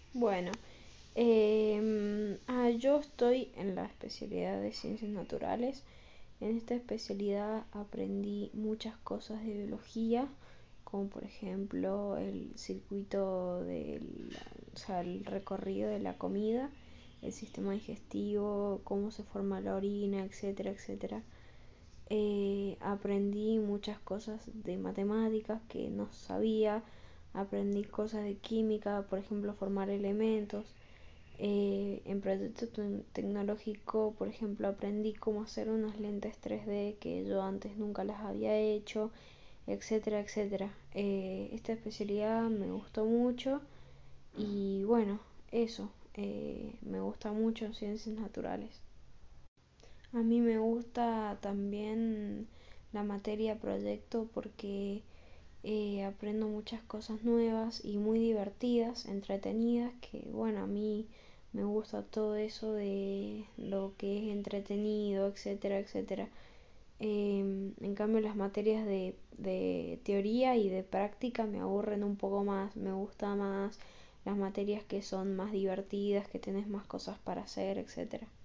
Bueno, yo estoy en la especialidad de ciencias naturales. En esta especialidad aprendí muchas cosas de biología, como por ejemplo el circuito o sea, el recorrido de la comida, el sistema digestivo, cómo se forma la orina, etcétera, etcétera. Aprendí muchas cosas de matemáticas que no sabía, aprendí cosas de química, por ejemplo, formar elementos. En proyecto tecnológico, por ejemplo, aprendí cómo hacer unas lentes 3D que yo antes nunca las había hecho, etcétera, etcétera. Esta especialidad me gustó mucho y bueno, eso, me gusta mucho ciencias naturales. A mí me gusta también la materia proyecto porque aprendo muchas cosas nuevas y muy divertidas, entretenidas, que bueno, a mí me gusta todo eso de lo que es entretenido, etcétera, etcétera. En cambio las materias de teoría y de práctica me aburren un poco más, me gusta más las materias que son más divertidas, que tenés más cosas para hacer, etcétera.